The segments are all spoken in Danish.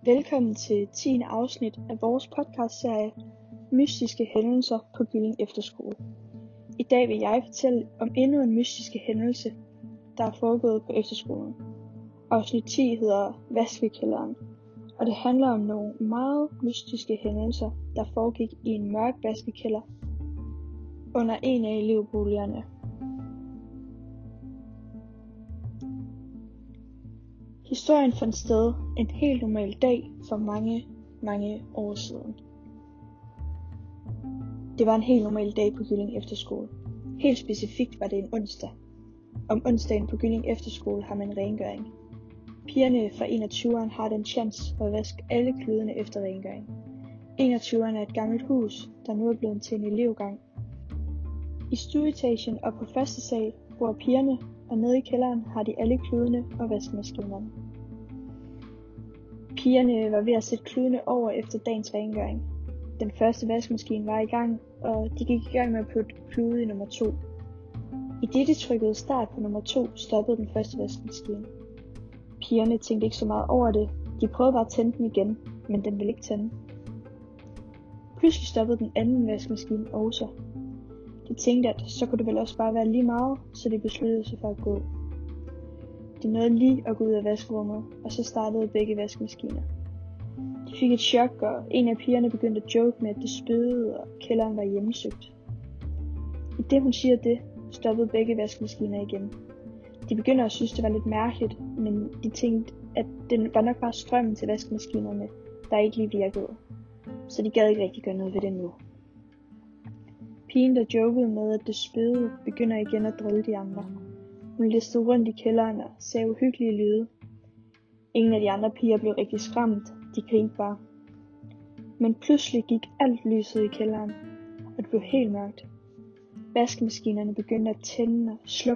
Velkommen til 10. afsnit af vores podcastserie Mystiske hændelser på Gylling Efterskole. I dag vil jeg fortælle om endnu en mystiske hændelse, der er foregået på efterskolen. Afsnit 10 hedder Vaskekælderen, og det handler om nogle meget mystiske hændelser, der foregik i en mørk vaskekælder under en af elevboligerne. Historien fandt sted en helt normal dag for mange år siden. Det var en helt normal dag på Gylling Efterskole. Helt specifikt var det en onsdag. Om onsdagen på Gylling Efterskole har man rengøring. Pigerne fra 21'eren har den chance at vaske alle kludene efter rengøring. 21'eren er et gammelt hus, der nu er blevet til en elevgang. I stueetagen og på første sal bor pigerne, og nede i kælderen har de alle kludene og vaskemaskinerne. Pigerne var ved at sætte kludene over efter dagens rengøring. Den første vaskemaskine var i gang, og de gik i gang med at putte klude i nummer 2. I det de trykkede start på nummer 2, stoppede den første vaskemaskine. Pigerne tænkte ikke så meget over det. De prøvede bare at tænde den igen, men den ville ikke tænde. Pludselig stoppede den anden vaskemaskine også. De tænkte, at så kunne det vel også bare være lige meget, så de besluttede sig for at gå. De nåede lige at gå ud af vaskerummet, og så startede begge vaskemaskiner. De fik et chok, og en af pigerne begyndte at joke med, at det spøgede, og kælderen var hjemmesøgt. I det hun siger det, stoppede begge vaskemaskiner igen. De begyndte at synes, det var lidt mærkeligt, men de tænkte, at det var nok bare strømmen til vaskemaskinerne, der ikke lige virkede. Så de gad ikke rigtig gøre noget ved det nu. Pigen, der jokede med, at det spøgede, begynder igen at drille de andre. Hun listede rundt i kælderen og sagde uhyggelige lyde. Ingen af de andre piger blev rigtig skræmt, de grinte bare. Men pludselig gik alt lyset i kælderen, og det blev helt mørkt. Vaskemaskinerne begyndte at tænde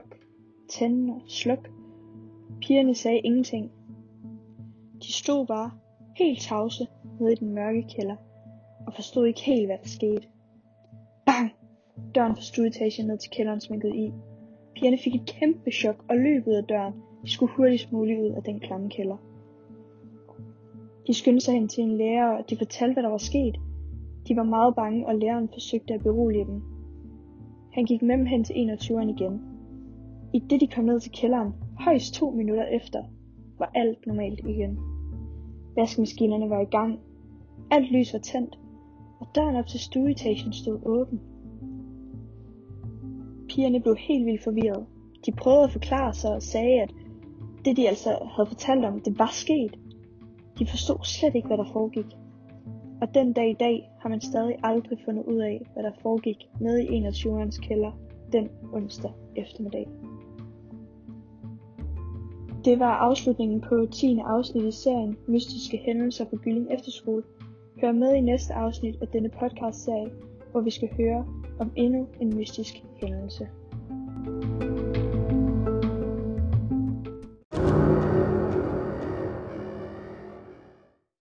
og slukke. Pigerne sagde ingenting. De stod bare helt tavse nede i den mørke kælder, og forstod ikke helt, hvad der skete. Bang! Døren fra stueetagen ned til kælderen smækkede i. Pigerne fik et kæmpe chok og løb ud af døren. De skulle hurtigst muligt ud af den klamme kælder. De skyndte sig hen til en lærer, og de fortalte, hvad der var sket. De var meget bange, og læreren forsøgte at berolige dem. Han gik med dem hen til 21'eren igen. I det de kom ned til kælderen, højst 2 minutter efter, var alt normalt igen. Vaskemaskinerne var i gang. Alt lys var tændt, og døren op til stueetagen stod åben. Pigerne blev helt vildt forvirret. De prøvede at forklare sig og sagde, at det de altså havde fortalt om, det var sket. De forstod slet ikke, hvad der foregik. Og den dag i dag har man stadig aldrig fundet ud af, hvad der foregik nede i 21'ernes kælder den onsdag eftermiddag. Det var afslutningen på 10. afsnit i serien Mystiske hændelser på Gylling Efterskole. Hør med i næste afsnit af denne podcastserie, hvor vi skal høre om endnu en mystisk hændelse.